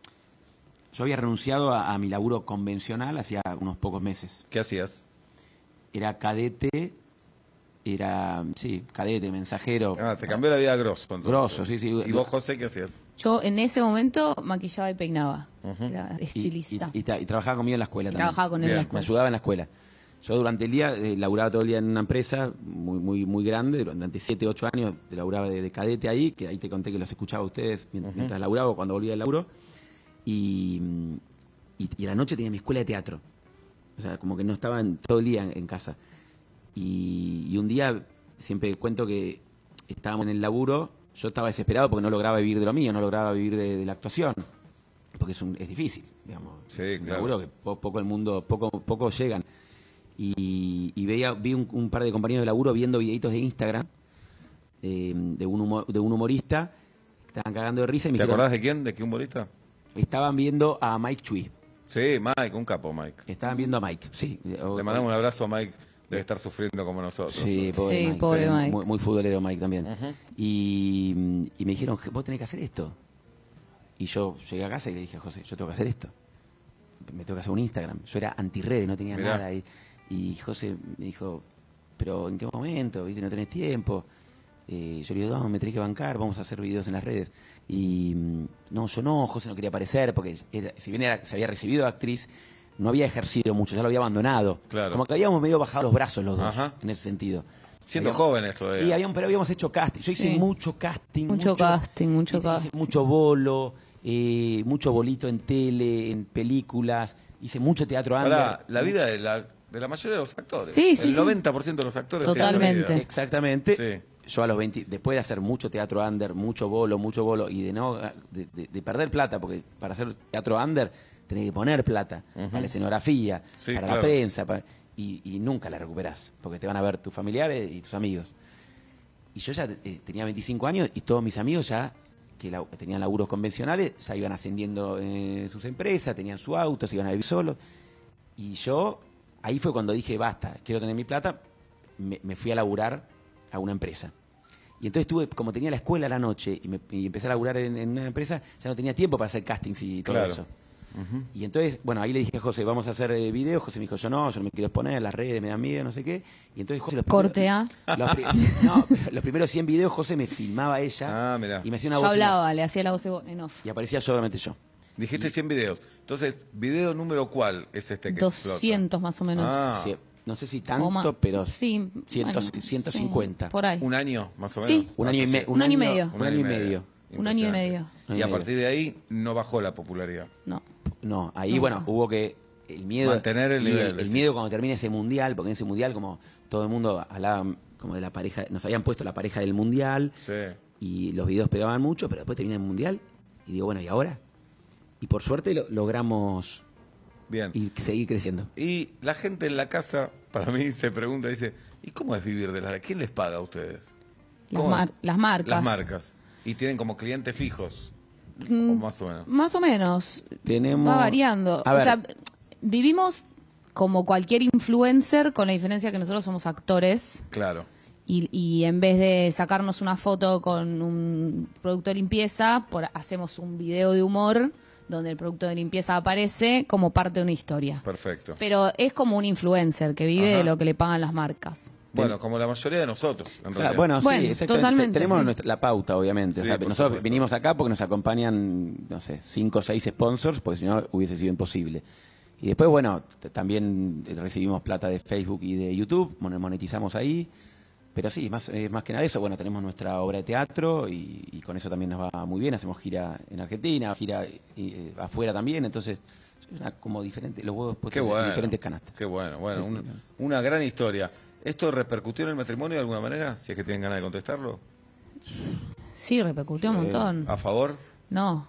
Speaker 4: yo había renunciado a, a mi laburo convencional hacía unos pocos meses.
Speaker 2: ¿Qué hacías?
Speaker 4: Era cadete, era, sí, cadete, mensajero,
Speaker 2: Ah, te cambió la vida grosso. entonces.
Speaker 4: grosso, sí, sí.
Speaker 2: ¿Y vos, José, qué hacías?
Speaker 3: Yo en ese momento maquillaba y peinaba. Era
Speaker 4: Y-
Speaker 3: estilista.
Speaker 4: Y, y tra- y trabajaba conmigo en la escuela
Speaker 3: Y
Speaker 4: también.
Speaker 3: trabajaba con él en la
Speaker 2: Bien.
Speaker 4: Me
Speaker 3: escuela.
Speaker 4: ayudaba en la escuela. Yo durante el día eh, laburaba todo el día en una empresa muy muy muy grande, durante siete, ocho años laburaba de, de cadete ahí, que ahí te conté que los escuchaba a ustedes mientras, mientras laburaba o cuando volvía del laburo. Y, mm, y, y a la noche tenía mi escuela de teatro. O sea, como que no estaba en- todo el día en, en casa. Y, y un día, siempre cuento que estábamos en el laburo, yo estaba desesperado porque no lograba vivir de lo mío, no lograba vivir de, de la actuación. Porque es, un, es difícil, digamos.
Speaker 2: Sí,
Speaker 4: es un
Speaker 2: claro.
Speaker 4: laburo que po- poco el mundo, poco, poco llegan. Y, y veía, vi un, un par de compañeros de laburo viendo videitos de Instagram eh, de, un humo- de un humorista que estaban cagando de risa y me
Speaker 2: ¿Te
Speaker 4: dijeron,
Speaker 2: acordás de quién? ¿De qué humorista?
Speaker 4: estaban viendo a Mike Chui.
Speaker 2: Sí, Mike, un capo, Mike.
Speaker 4: Estaban viendo a Mike, sí. O-
Speaker 2: Le mandamos un abrazo a Mike. Debe estar sufriendo como nosotros.
Speaker 4: Sí, pobre
Speaker 3: Sí,
Speaker 4: Mike.
Speaker 3: pobre
Speaker 4: Sí,
Speaker 3: Mike.
Speaker 4: Muy, muy futbolero Mike también. y, y me dijeron, vos tenés que hacer esto. Y yo llegué a casa y le dije a José, yo tengo que hacer esto. Me tengo que hacer un Instagram. Yo era antirredes, no tenía
Speaker 2: Mirá.
Speaker 4: nada. Y, y José me dijo, pero ¿en qué momento? ¿Viste? No tenés tiempo. Eh, yo le digo, no, me tenés que bancar, vamos a hacer videos en las redes. Y mm, no, yo no, José no quería aparecer, porque era- si bien era- se había recibido de actriz, no había ejercido mucho, ya lo había abandonado.
Speaker 2: Claro.
Speaker 4: Como que habíamos medio bajado los brazos los dos,
Speaker 2: Ajá.
Speaker 4: en ese sentido.
Speaker 2: Siendo
Speaker 4: Habíamos-
Speaker 2: jóvenes todavía.
Speaker 4: Y habíamos, pero habíamos hecho casting. Yo hice
Speaker 3: Sí.
Speaker 4: mucho casting.
Speaker 3: Mucho casting, mucho
Speaker 4: hice
Speaker 3: casting.
Speaker 4: mucho bolo, eh, mucho bolito en tele, en películas. Hice mucho teatro under.
Speaker 2: Pará, la vida de la de la mayoría de los actores.
Speaker 3: Sí, sí,
Speaker 2: El
Speaker 3: sí.
Speaker 2: noventa por ciento de los actores.
Speaker 3: Totalmente.
Speaker 2: tienen esa vida.
Speaker 4: Exactamente.
Speaker 2: Sí.
Speaker 4: Yo a los veinte, después de hacer mucho teatro under, mucho bolo, mucho bolo, y de no de, de- de perder plata, porque para hacer teatro under tenés que poner plata para la escenografía,
Speaker 2: Sí,
Speaker 4: para
Speaker 2: claro.
Speaker 4: la prensa, para- y, y nunca la recuperás, porque te van a ver tus familiares y tus amigos. Y yo ya eh, tenía veinticinco años y todos mis amigos ya, que la- tenían laburos convencionales, ya iban ascendiendo en sus empresas, tenían su auto, se iban a vivir solos. Y yo, ahí fue cuando dije, basta, quiero tener mi plata, me, me fui a laburar a una empresa. Y entonces tuve, como tenía la escuela a la noche y, me, y empecé a laburar en, en una empresa, ya no tenía tiempo para hacer castings y todo
Speaker 2: Claro.
Speaker 4: eso. Y entonces, bueno, ahí le dije a José, vamos a hacer eh, videos. José me dijo, yo no, yo no me quiero exponer, las redes me dan miedo, no sé qué. Y entonces José... Los
Speaker 3: Corte
Speaker 4: primeros-
Speaker 3: A.
Speaker 4: Los, pri- no, los primeros cien videos José me filmaba a ella
Speaker 2: Ah, mirá.
Speaker 4: y me hacía una
Speaker 3: Yo
Speaker 4: voz en off,
Speaker 3: hablaba, le hacía la voz en off.
Speaker 4: y aparecía solamente yo.
Speaker 2: Dijiste cien videos. Entonces, ¿video número cuál es este que
Speaker 3: doscientos más o menos.
Speaker 2: Ah.
Speaker 4: Sí, no sé si
Speaker 3: O
Speaker 4: tanto,
Speaker 3: más.
Speaker 4: pero
Speaker 3: sí,
Speaker 4: ciento-
Speaker 3: bueno,
Speaker 4: ciento
Speaker 3: sí,
Speaker 4: cincuenta.
Speaker 3: por ahí.
Speaker 2: explota? ¿Un año, más o menos?
Speaker 3: Sí.
Speaker 4: Un año y, me-
Speaker 3: Un año y medio.
Speaker 4: Un año y medio.
Speaker 3: Un año y
Speaker 2: Impresionante.
Speaker 3: medio.
Speaker 4: Un año
Speaker 2: Y
Speaker 4: y
Speaker 2: a
Speaker 4: medio.
Speaker 2: partir de ahí no bajó la popularidad.
Speaker 3: No.
Speaker 4: No, ahí
Speaker 3: No.
Speaker 4: bueno, hubo que el miedo
Speaker 2: Mantener el
Speaker 4: y
Speaker 2: nivel,
Speaker 4: el,
Speaker 2: decís.
Speaker 4: miedo cuando termine ese mundial, porque en ese mundial como todo el mundo hablaba como de la pareja, nos habían puesto la pareja del mundial
Speaker 2: Sí.
Speaker 4: y los videos pegaban mucho, pero después termina el mundial y digo, bueno, ¿y ahora? Y por suerte lo- logramos
Speaker 2: Bien.
Speaker 4: ir, seguir creciendo.
Speaker 2: Y la gente en la casa, para mí, se pregunta, dice, ¿y cómo es vivir de la... ¿Quién les paga a ustedes?
Speaker 3: Las,
Speaker 2: ¿Cómo?
Speaker 3: mar- las marcas.
Speaker 2: Las marcas. Y tienen como clientes fijos.
Speaker 3: Mm,
Speaker 2: O más o menos.
Speaker 3: Más o menos.
Speaker 4: Tenemos
Speaker 3: Va variando.
Speaker 4: A
Speaker 3: o
Speaker 4: ver.
Speaker 3: sea, vivimos como cualquier influencer, con la diferencia que nosotros somos actores.
Speaker 2: Claro.
Speaker 3: Y, y en vez de sacarnos una foto con un producto de limpieza, por, hacemos un video de humor donde el producto de limpieza aparece como parte de una historia.
Speaker 2: Perfecto.
Speaker 3: Pero es como un influencer que vive
Speaker 2: Ajá.
Speaker 3: de lo que le pagan las marcas.
Speaker 2: Bueno, como la mayoría de nosotros, en
Speaker 4: Claro,
Speaker 2: realidad.
Speaker 4: bueno,
Speaker 3: Bueno,
Speaker 4: sí, exactamente.
Speaker 3: totalmente,
Speaker 4: Tenemos
Speaker 3: sí.
Speaker 4: nuestra- la pauta, obviamente. O
Speaker 2: Sí,
Speaker 4: sea,
Speaker 2: por
Speaker 4: nosotros
Speaker 2: supuesto.
Speaker 4: vinimos acá porque nos acompañan, no sé, cinco o seis sponsors, porque si no hubiese sido imposible. Y después, bueno, t- también recibimos plata de Facebook y de YouTube, mon- monetizamos ahí. Pero sí, más, eh, más que nada eso, bueno, tenemos nuestra obra de teatro y, y con eso también nos va muy bien. Hacemos gira en Argentina, gira eh, eh, afuera también, entonces es una- como diferente, los huevos
Speaker 2: Qué
Speaker 4: puestos en
Speaker 2: bueno.
Speaker 4: diferentes canastas.
Speaker 2: Qué bueno. Bueno, un- una gran historia. ¿Esto repercutió en el matrimonio de alguna manera? Si es que tienen ganas de contestarlo.
Speaker 3: Sí, repercutió un montón.
Speaker 2: ¿A favor?
Speaker 3: No.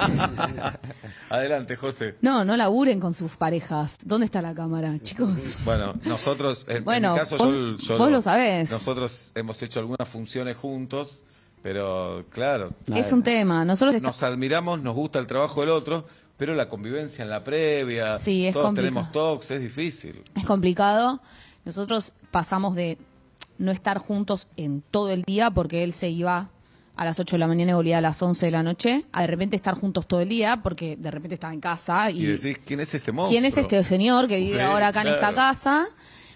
Speaker 2: Adelante, José.
Speaker 3: No, no laburen con sus parejas. ¿Dónde está la cámara, chicos?
Speaker 2: Bueno, nosotros, en, en
Speaker 3: Bueno,
Speaker 2: mi caso,
Speaker 3: vos-
Speaker 2: yo, yo
Speaker 3: vos lo sabés.
Speaker 2: Nosotros hemos hecho algunas funciones juntos, pero claro,
Speaker 3: Es un tema. Nosotros
Speaker 2: nos admiramos, nos gusta el trabajo del otro, pero la convivencia en la previa,
Speaker 3: Sí, es
Speaker 2: todos
Speaker 3: complicado.
Speaker 2: tenemos talks, es difícil.
Speaker 3: es complicado. Nosotros pasamos de no estar juntos en todo el día porque él se iba a las ocho de la mañana y volvía a las once de la noche, a de repente estar juntos todo el día porque de repente estaba en casa
Speaker 2: Y,
Speaker 3: y,
Speaker 2: decís, ¿quién es este monstruo?
Speaker 3: ¿quién es este señor que vive
Speaker 2: Sí,
Speaker 3: ahora acá en esta
Speaker 2: claro.
Speaker 3: casa?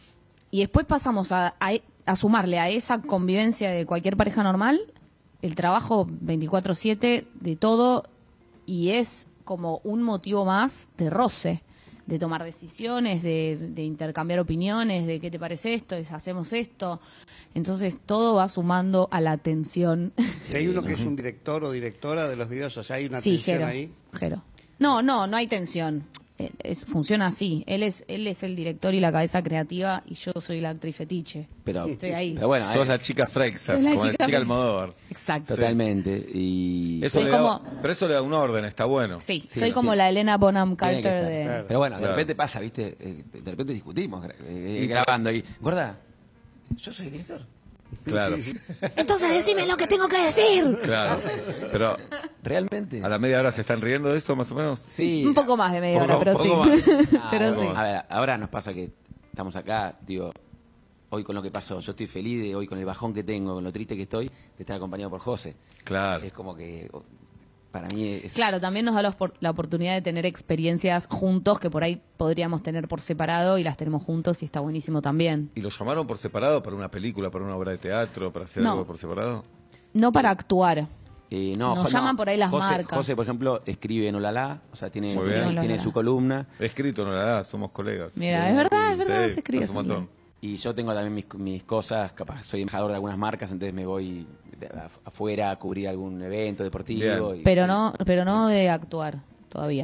Speaker 3: Y después pasamos a, a- a sumarle a esa convivencia de cualquier pareja normal el trabajo veinticuatro siete de todo y es como un motivo más de roce, de tomar decisiones, de, de intercambiar opiniones, de qué te parece esto, es, hacemos esto. Entonces todo va sumando a la tensión.
Speaker 5: Si hay uno que es un director o directora de los videos, o sea, hay una
Speaker 3: Sí,
Speaker 5: tensión
Speaker 3: Jero,
Speaker 5: ahí.
Speaker 3: Jero. No, no, no hay tensión. Eh, es- funciona así. Él es, él es el director y la cabeza creativa y yo soy la actriz fetiche.
Speaker 4: Pero,
Speaker 3: Estoy ahí.
Speaker 4: pero bueno,
Speaker 2: Sos
Speaker 4: eh,
Speaker 2: la chica Freixas,
Speaker 3: Soy la
Speaker 2: como la
Speaker 3: chica
Speaker 2: chica
Speaker 3: Fre-
Speaker 2: Almodóvar.
Speaker 3: Exacto.
Speaker 4: totalmente. Y
Speaker 2: Eso
Speaker 3: Soy
Speaker 2: le da-
Speaker 3: como-
Speaker 2: pero eso le da un orden, está bueno.
Speaker 3: Sí,
Speaker 4: Sí,
Speaker 3: soy
Speaker 4: no,
Speaker 3: como
Speaker 4: tiene-
Speaker 3: la Elena Bonham
Speaker 4: tiene que
Speaker 3: Carter
Speaker 4: estar.
Speaker 3: de...
Speaker 5: Claro.
Speaker 4: Pero bueno, de
Speaker 2: Claro.
Speaker 4: repente pasa, ¿viste? Eh, de de repente discutimos gra- eh, eh, grabando y, gorda, yo soy el director.
Speaker 2: Claro,
Speaker 3: Entonces decime lo que tengo que decir.
Speaker 2: claro. Pero
Speaker 4: ¿Realmente?
Speaker 2: a la media hora se están riendo de eso, más o menos.
Speaker 4: Sí.
Speaker 3: Un poco más de media hora,
Speaker 2: Poco-
Speaker 3: pero
Speaker 2: poco
Speaker 3: sí.
Speaker 2: más.
Speaker 4: Ah,
Speaker 3: pero
Speaker 4: bueno,
Speaker 3: sí.
Speaker 4: A ver, ahora nos pasa que estamos acá, digo, hoy con lo que pasó, yo estoy feliz de hoy con el bajón que tengo, con lo triste que estoy, de estar acompañado por José.
Speaker 2: Claro.
Speaker 4: Es como que oh, para mí es...
Speaker 3: Claro, también nos da la, opor- la oportunidad de tener experiencias juntos que por ahí podríamos tener por separado y las tenemos juntos y está buenísimo también.
Speaker 2: ¿Y lo llamaron por separado para una película, para una obra de teatro, para hacer
Speaker 3: No.
Speaker 2: algo por separado?
Speaker 3: No para actuar.
Speaker 4: Eh, no,
Speaker 3: Nos
Speaker 4: Jo-
Speaker 3: llaman por ahí las
Speaker 4: José,
Speaker 3: marcas.
Speaker 4: José, por ejemplo, escribe en Olala, o sea, tiene,
Speaker 2: Muy bien.
Speaker 4: tiene, tiene
Speaker 3: Olala.
Speaker 4: su columna.
Speaker 2: He escrito, no la da, somos colegas.
Speaker 3: Mira, es verdad, es verdad,
Speaker 2: Sí,
Speaker 3: se escribe
Speaker 2: hace un
Speaker 3: así.
Speaker 2: montón.
Speaker 4: Y yo tengo también mis, mis cosas, capaz soy embajador de algunas marcas, entonces me voy de- af- afuera a cubrir algún evento deportivo.
Speaker 2: Bien.
Speaker 4: y-
Speaker 3: Pero no, pero no de actuar todavía.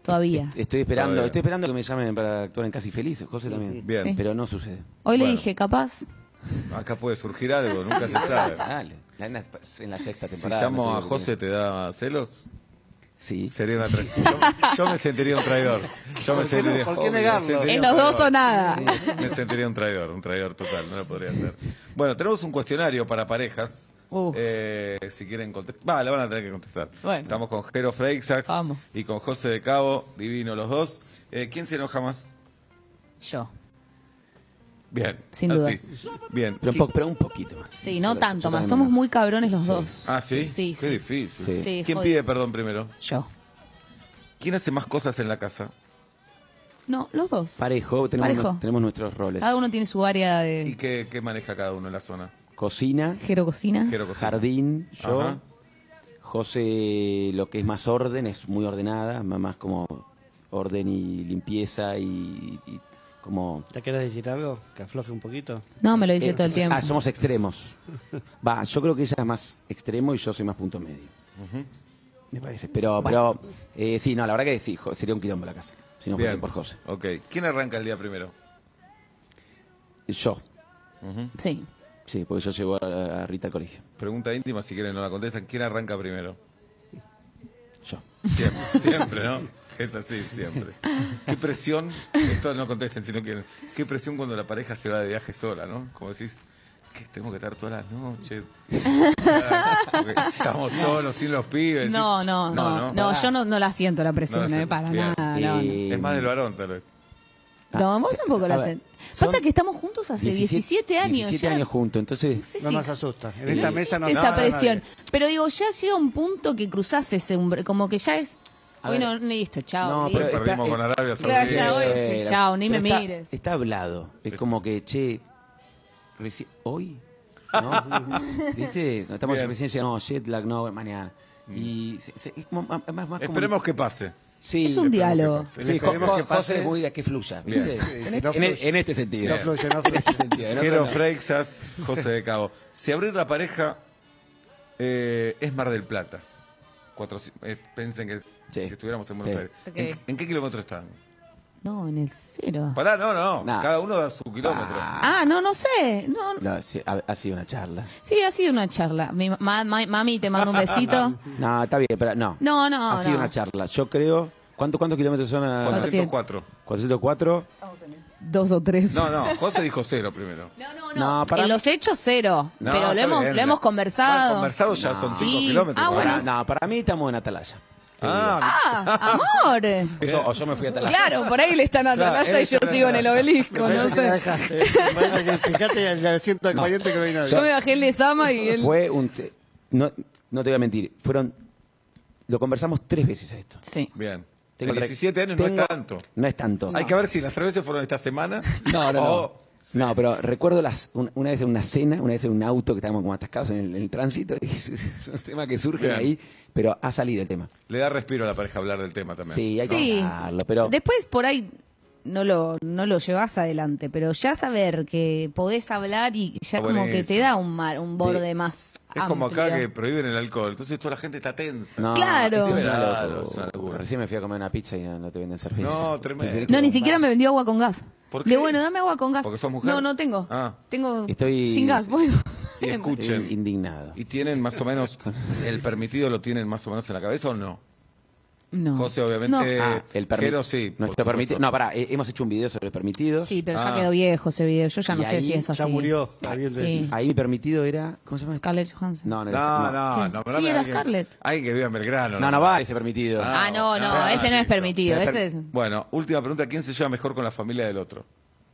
Speaker 3: todavía.
Speaker 4: Est- Estoy esperando,
Speaker 2: Todavía.
Speaker 4: estoy esperando que me llamen para actuar en Casi Feliz, José también.
Speaker 2: Bien.
Speaker 3: Sí.
Speaker 4: Pero no sucede.
Speaker 3: Hoy le
Speaker 2: Bueno.
Speaker 3: dije, capaz.
Speaker 2: Acá puede surgir algo, nunca se sabe.
Speaker 4: Dale, en la, en la sexta
Speaker 2: Si
Speaker 4: temporada.
Speaker 2: llamo
Speaker 4: no te
Speaker 2: a
Speaker 4: digo
Speaker 2: José,
Speaker 4: que-
Speaker 2: ¿te da celos?
Speaker 4: Sí.
Speaker 2: Sería una tra- yo, yo me sentiría un traidor. Yo me
Speaker 5: ¿Por qué no?
Speaker 2: sentiría,
Speaker 5: ¿Por qué
Speaker 2: obvio, me
Speaker 5: negarlo?
Speaker 2: sentiría
Speaker 3: En
Speaker 2: un
Speaker 3: los dos
Speaker 2: traidor.
Speaker 3: o nada.
Speaker 2: Me sentiría un traidor, un traidor total, no lo podría hacer. Bueno, tenemos un cuestionario para parejas.
Speaker 3: Uf.
Speaker 2: Eh, si quieren contestar. Va, la van a tener que contestar.
Speaker 3: Bueno.
Speaker 2: Estamos con Jero Freixax
Speaker 3: Vamos.
Speaker 2: y con José de Cabo, divino los dos. Eh, ¿Quién se enoja más?
Speaker 3: Yo.
Speaker 2: Bien.
Speaker 3: Sin duda.
Speaker 2: así. Bien.
Speaker 4: Pero un, po- pero un poquito más.
Speaker 3: Sí, no
Speaker 4: Yo-
Speaker 3: tanto
Speaker 4: yo
Speaker 3: más.
Speaker 4: también
Speaker 3: Somos
Speaker 4: me-
Speaker 3: muy cabrones los dos.
Speaker 2: Ah, ¿sí?
Speaker 3: Sí,
Speaker 2: Qué
Speaker 3: sí.
Speaker 2: difícil.
Speaker 4: Sí.
Speaker 3: Sí,
Speaker 2: ¿Quién
Speaker 3: jodido.
Speaker 2: pide perdón primero?
Speaker 3: Yo.
Speaker 2: ¿Quién hace más cosas en la casa?
Speaker 3: No, los dos.
Speaker 4: Parejo, tenemos,
Speaker 3: Parejo.
Speaker 4: tenemos nuestros roles.
Speaker 3: Cada uno tiene su área
Speaker 2: ¿Y
Speaker 3: de
Speaker 2: qué, qué maneja cada uno en la zona?
Speaker 4: Cocina,
Speaker 3: Jero cocina.
Speaker 2: Jero cocina.
Speaker 4: jardín, yo.
Speaker 2: Ajá.
Speaker 4: José, lo que es más orden, es muy ordenada, más más como orden y limpieza y, y como...
Speaker 5: ¿Te querés decir algo? Que afloje un poquito.
Speaker 3: No, me lo dice
Speaker 4: Eh,
Speaker 3: todo el tiempo.
Speaker 4: Ah, somos extremos. Va, yo creo que ella es más extremo y yo soy más punto medio. Me parece. Pero, pero eh, sí, no, la verdad que sí, jo- sería un quilombo la casa. Si no fuese
Speaker 2: Bien.
Speaker 4: por José.
Speaker 2: Ok. ¿Quién arranca el día primero?
Speaker 4: Yo,
Speaker 3: Sí.
Speaker 4: sí, porque yo llevo a, a Rita al colegio.
Speaker 2: Pregunta íntima, si quieren no la contestan. ¿Quién arranca primero?
Speaker 4: Yo.
Speaker 2: Siempre, siempre, ¿no? Es así, siempre. Qué presión, esto no contesten si no quieren. Qué presión cuando la pareja se va de viaje sola, ¿no? Como decís, que tengo que estar toda la noche. Porque estamos solos, sin los pibes. decís,
Speaker 3: No, no, no. No, yo no, no la siento la presión,
Speaker 2: No la
Speaker 3: eh,
Speaker 2: siento.
Speaker 3: para
Speaker 2: Bien.
Speaker 3: nada. No, no.
Speaker 4: Eh,
Speaker 2: Es más del varón, tal vez.
Speaker 3: No, vos
Speaker 4: se-
Speaker 3: tampoco
Speaker 4: a
Speaker 3: la
Speaker 4: ver,
Speaker 3: hacen.
Speaker 4: son
Speaker 3: Pasa que estamos juntos hace diecisiete años.
Speaker 4: diecisiete
Speaker 3: ya.
Speaker 4: años juntos, entonces...
Speaker 3: No sé
Speaker 5: No
Speaker 3: si-
Speaker 5: nos asusta. En
Speaker 3: no
Speaker 5: esta
Speaker 3: existe
Speaker 5: mesa no
Speaker 3: esa
Speaker 5: no,
Speaker 3: presión.
Speaker 5: nadie.
Speaker 3: Pero digo, ya llega un punto que cruzás ese umbral, como que ya es.
Speaker 4: A
Speaker 3: Hoy
Speaker 4: ver.
Speaker 3: no, listo, chao.
Speaker 4: No,
Speaker 3: listo.
Speaker 2: Hoy
Speaker 4: pero
Speaker 2: perdimos
Speaker 4: está-
Speaker 2: con Arabia
Speaker 3: Claro,
Speaker 2: Saudita.
Speaker 3: ya hoy,
Speaker 4: Eh,
Speaker 3: sí, chao, ni me
Speaker 4: pero está-
Speaker 3: mires.
Speaker 4: Está hablado. Es como que, che, reci- ¿hoy? ¿No? ¿Viste? Estamos
Speaker 2: Bien.
Speaker 4: en presidencia, no, jet lag, no, mañana. Y se- se- es como- más, más como...
Speaker 2: Esperemos que pase.
Speaker 4: Sí,
Speaker 3: Es un
Speaker 4: esperemos
Speaker 3: diálogo.
Speaker 4: que pase.
Speaker 5: Sí,
Speaker 4: Sí,
Speaker 5: esperemos
Speaker 4: Jo-
Speaker 5: que
Speaker 4: Jo-
Speaker 5: pase.
Speaker 4: José, muy que fluya, ¿viste?
Speaker 2: Bien.
Speaker 5: Sí,
Speaker 4: En,
Speaker 5: sí,
Speaker 4: este-
Speaker 5: no
Speaker 4: en-
Speaker 5: fluye.
Speaker 4: en este sentido.
Speaker 5: No fluye, no fluye.
Speaker 4: En este sentido. En otro
Speaker 2: Jero
Speaker 4: no.
Speaker 2: Freixas, José de Cabo. Si abrir la pareja eh, es Mar del Plata. Cuatro, eh, piensen que
Speaker 4: Sí.
Speaker 2: si estuviéramos en Buenos
Speaker 4: Sí.
Speaker 2: Aires.
Speaker 3: Ok.
Speaker 2: ¿En, en qué kilómetro están?
Speaker 3: No, en el cero.
Speaker 2: Pará, no, no.
Speaker 4: Nah.
Speaker 2: Cada uno da su kilómetro.
Speaker 3: Ah, no, no sé. No,
Speaker 4: No, sí, ha, ha sido una charla.
Speaker 3: sí, ha sido una charla. Mi ma- ma- mami, te mando un besito.
Speaker 4: No, está bien, pero no.
Speaker 3: No, no,
Speaker 4: Ha sido
Speaker 3: no.
Speaker 4: una charla. Yo creo... ¿Cuánto, ¿Cuántos kilómetros son? A...
Speaker 2: cuatrocientos cuatro.
Speaker 4: cuatrocientos cuatro.
Speaker 3: Dos o tres.
Speaker 2: No, no. José dijo cero primero.
Speaker 3: No, no, no.
Speaker 4: No, para
Speaker 3: en
Speaker 4: mí-
Speaker 3: los hechos, cero.
Speaker 2: No,
Speaker 3: pero lo
Speaker 2: está
Speaker 3: hemos,
Speaker 2: bien.
Speaker 3: lo hemos
Speaker 2: Bueno,
Speaker 3: conversado.
Speaker 2: conversado ya son
Speaker 3: Sí.
Speaker 2: cinco kilómetros.
Speaker 3: Ah, bueno.
Speaker 4: No, no, para mí estamos en Atalaya. Te
Speaker 2: Ah,
Speaker 3: Ah, amor.
Speaker 4: digo. Yo- o yo me fui a Atalaya.
Speaker 3: Claro, por ahí le están a
Speaker 2: Claro,
Speaker 3: Atalaya y
Speaker 2: él
Speaker 3: yo
Speaker 2: está en
Speaker 3: sigo en el
Speaker 2: Atalaya.
Speaker 3: obelisco,
Speaker 5: Parece
Speaker 3: no
Speaker 5: que la
Speaker 3: sé.
Speaker 5: dejaste. Parece que fíjate en el asiento de acompañante que no hay nadie.
Speaker 3: Yo me bajé el Lesama y él...
Speaker 4: Fue un... te- No, no te voy a mentir. Fueron... Lo conversamos tres veces a esto.
Speaker 3: Sí.
Speaker 2: bien.
Speaker 4: Tengo
Speaker 2: En
Speaker 4: tre-
Speaker 2: diecisiete años no
Speaker 4: tengo-
Speaker 2: es tanto.
Speaker 4: No es tanto.
Speaker 2: Hay que ver si las tres veces fueron esta semana.
Speaker 4: No, no, no.
Speaker 2: o-
Speaker 4: No, pero recuerdo las, un- una vez en una cena, una vez en un auto que estábamos como atascados en el, en el tránsito. Y es, es un tema que surge
Speaker 2: Bien.
Speaker 4: ahí, pero ha salido el tema.
Speaker 2: Le da respiro a la pareja hablar del tema también.
Speaker 4: Sí, hay que
Speaker 3: Sí.
Speaker 4: hablarlo, pero...
Speaker 3: Después por ahí no lo, no lo llevas adelante, pero ya saber que podés hablar y ya
Speaker 2: Está
Speaker 3: como que
Speaker 2: buenísimo.
Speaker 3: te da un, mar, un borde
Speaker 4: Sí.
Speaker 3: más
Speaker 2: Es como acá
Speaker 3: amplio.
Speaker 2: que prohíben el alcohol. Entonces toda la gente está tensa.
Speaker 4: No,
Speaker 3: Claro.
Speaker 4: esto es una
Speaker 2: Claro,
Speaker 4: locura.
Speaker 2: es una locura.
Speaker 4: Recién me fui a comer una pizza y no, no te venden cerveza.
Speaker 2: No,
Speaker 4: Te
Speaker 2: tremendo.
Speaker 4: tenés que
Speaker 3: No, ni
Speaker 4: comprar.
Speaker 3: siquiera me vendió agua con gas.
Speaker 2: ¿Por
Speaker 3: Le
Speaker 2: qué?
Speaker 3: digo, bueno, dame agua con gas.
Speaker 2: ¿Porque sos mujer?
Speaker 3: No, no tengo.
Speaker 2: Ah.
Speaker 3: Tengo
Speaker 4: Estoy-
Speaker 3: sin gas. Bueno.
Speaker 2: Y
Speaker 4: Estoy
Speaker 2: escuchen.
Speaker 4: indignado.
Speaker 2: ¿Y tienen más o menos, el permitido lo tienen más o menos en la cabeza o no?
Speaker 3: No.
Speaker 2: José, obviamente,
Speaker 3: No.
Speaker 4: Ah, el
Speaker 2: Jero
Speaker 4: permitido.
Speaker 2: sí. por
Speaker 4: Nuestro
Speaker 2: supuesto.
Speaker 4: permitido. No, pará, eh, hemos hecho un video sobre el permitido.
Speaker 3: Sí, pero
Speaker 2: Ah.
Speaker 3: ya quedó viejo ese video. Yo ya no
Speaker 4: Y
Speaker 3: sé
Speaker 4: ahí
Speaker 3: si es así.
Speaker 5: Ya murió. alguien de-
Speaker 3: Sí.
Speaker 4: Ahí mi permitido era. ¿Cómo se llama?
Speaker 3: Scarlett Johansson.
Speaker 4: No, no,
Speaker 2: No,
Speaker 4: era-
Speaker 2: no,
Speaker 3: ¿Quién?
Speaker 2: no.
Speaker 3: Sí,
Speaker 2: hablame de
Speaker 3: era
Speaker 2: alguien-
Speaker 3: Scarlett.
Speaker 2: Alguien que viva en Belgrano.
Speaker 4: No, no va ese permitido.
Speaker 3: Ah, no, no,
Speaker 2: Ah,
Speaker 3: ese no es
Speaker 2: listo.
Speaker 3: permitido.
Speaker 4: Per-
Speaker 3: Ese es...
Speaker 2: Bueno, última pregunta. ¿Quién se lleva mejor con la familia del otro?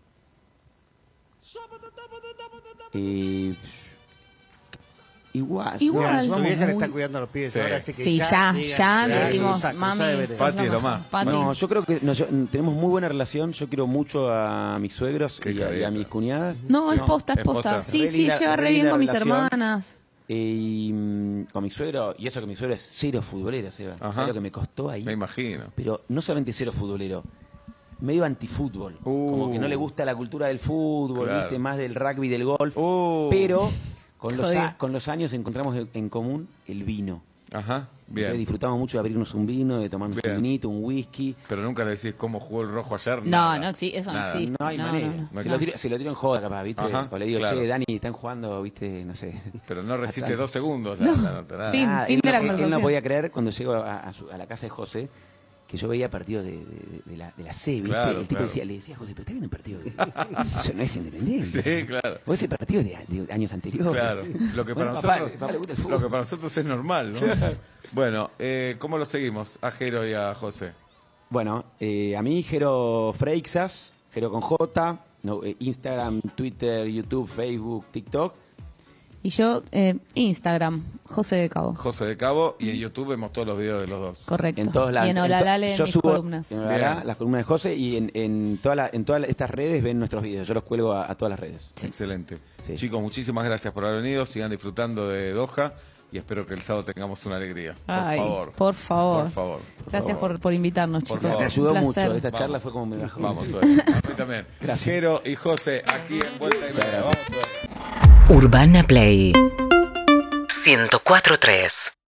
Speaker 4: Y. Igual.
Speaker 3: Igual.
Speaker 5: Tu
Speaker 4: Vamos
Speaker 5: vieja le
Speaker 4: muy-
Speaker 5: está cuidando a los pies.
Speaker 2: Sí.
Speaker 5: Ahora sí que
Speaker 3: Sí,
Speaker 5: ya.
Speaker 3: ya,
Speaker 5: diga,
Speaker 3: ya, le
Speaker 5: ya,
Speaker 3: decimos,
Speaker 5: cruza-
Speaker 3: mami,
Speaker 5: cruza de
Speaker 3: sos
Speaker 5: vereda.
Speaker 2: Pati
Speaker 3: la
Speaker 2: es lo
Speaker 3: mejor.
Speaker 2: más.
Speaker 3: Pati.
Speaker 4: No, yo creo que no, yo- tenemos muy buena relación. Yo quiero mucho a mis suegros
Speaker 2: Qué
Speaker 4: y a, y a
Speaker 2: careta.
Speaker 4: mis cuñadas.
Speaker 3: No, es posta, es
Speaker 2: es
Speaker 3: posta.
Speaker 2: posta.
Speaker 3: Sí,
Speaker 4: Re
Speaker 3: sí,
Speaker 4: linda-
Speaker 3: lleva re
Speaker 4: re
Speaker 3: bien
Speaker 4: linda
Speaker 3: con mis
Speaker 4: relación.
Speaker 3: hermanas.
Speaker 4: Y mm, con mi suegro, y eso que mi suegro es cero futbolero, Seba.
Speaker 2: Ajá.
Speaker 4: ¿Sabes lo que me costó ahí?
Speaker 2: Me imagino.
Speaker 4: Pero no solamente cero futbolero, medio antifútbol.
Speaker 2: Uh.
Speaker 4: Como que no le gusta la cultura del fútbol,
Speaker 2: Claro.
Speaker 4: ¿viste? Más del rugby, del golf.
Speaker 2: Uh.
Speaker 4: Pero con los,
Speaker 3: Jodido.
Speaker 4: a- con los años encontramos en- en común el vino.
Speaker 2: Ajá, bien.
Speaker 4: Entonces disfrutamos mucho de abrirnos un vino, de tomarnos
Speaker 2: Bien.
Speaker 4: un vinito, un whisky.
Speaker 2: Pero nunca le decís cómo jugó el rojo ayer.
Speaker 3: No,
Speaker 2: nada.
Speaker 3: no, sí, eso no
Speaker 2: Nada.
Speaker 3: existe.
Speaker 4: No hay
Speaker 3: No,
Speaker 4: manera.
Speaker 3: no, no.
Speaker 2: No
Speaker 4: Se, lo tiro, se lo tiro en joda, capaz, ¿viste?
Speaker 2: Ajá,
Speaker 4: O le digo,
Speaker 2: claro.
Speaker 4: che, Dani, están jugando, ¿viste? No sé.
Speaker 2: Pero no resiste
Speaker 4: Hasta-
Speaker 2: dos segundos la, la nota, nada.
Speaker 3: Fin.
Speaker 4: Ah,
Speaker 3: fin
Speaker 4: él,
Speaker 3: de
Speaker 4: no,
Speaker 3: la
Speaker 4: él- él
Speaker 3: conversación.
Speaker 4: no podía creer cuando llego a, a su- a la casa de José que yo veía partidos de, de- de la, de la C, ¿viste?
Speaker 2: Claro,
Speaker 4: el tipo
Speaker 2: claro.
Speaker 4: decía, le decía a José, pero está viendo un partido de... Eso no es independiente.
Speaker 2: Sí, claro.
Speaker 4: O ese partido de, de años anteriores.
Speaker 2: Claro, lo que para
Speaker 4: Bueno, papá,
Speaker 2: nosotros,
Speaker 4: papá le gusta el fútbol.
Speaker 2: lo que para nosotros es normal, ¿no? Bueno, eh, ¿cómo lo seguimos a Jero y a José?
Speaker 4: Bueno, eh, a mí, Jero Freixas, Jero con J, no, eh, Instagram, Twitter, YouTube, Facebook, TikTok.
Speaker 3: Y yo, eh, Instagram, José de Cabo.
Speaker 2: José de Cabo, y en YouTube vemos todos los videos de los dos.
Speaker 3: Correcto.
Speaker 4: En todos lados.
Speaker 3: Y en
Speaker 4: En to-
Speaker 3: Olalale,
Speaker 4: yo
Speaker 3: mis
Speaker 4: subo
Speaker 3: columnas.
Speaker 4: en Olalá,
Speaker 2: Bien.
Speaker 4: las columnas de José, y en, en, toda la- en todas estas redes ven nuestros videos. Yo los cuelgo a, a todas las redes.
Speaker 2: Excelente.
Speaker 4: Sí.
Speaker 2: Chicos, muchísimas gracias por haber venido. Sigan disfrutando de Doha y espero que el sábado tengamos una alegría. Por
Speaker 3: Ay,
Speaker 2: favor.
Speaker 3: por favor.
Speaker 2: Por favor.
Speaker 3: Gracias por, por invitarnos,
Speaker 2: Por
Speaker 3: chicos.
Speaker 2: favor.
Speaker 4: Me
Speaker 3: Un
Speaker 4: ayudó
Speaker 3: placer.
Speaker 4: mucho. Esta
Speaker 2: Vamos.
Speaker 4: charla fue como me bajó.
Speaker 2: Vamos, todos. A mí también.
Speaker 4: Gracias.
Speaker 2: Jero y José, aquí en Vuelta y Media. Vamos todos.
Speaker 1: Urbana Play ciento cuatro punto tres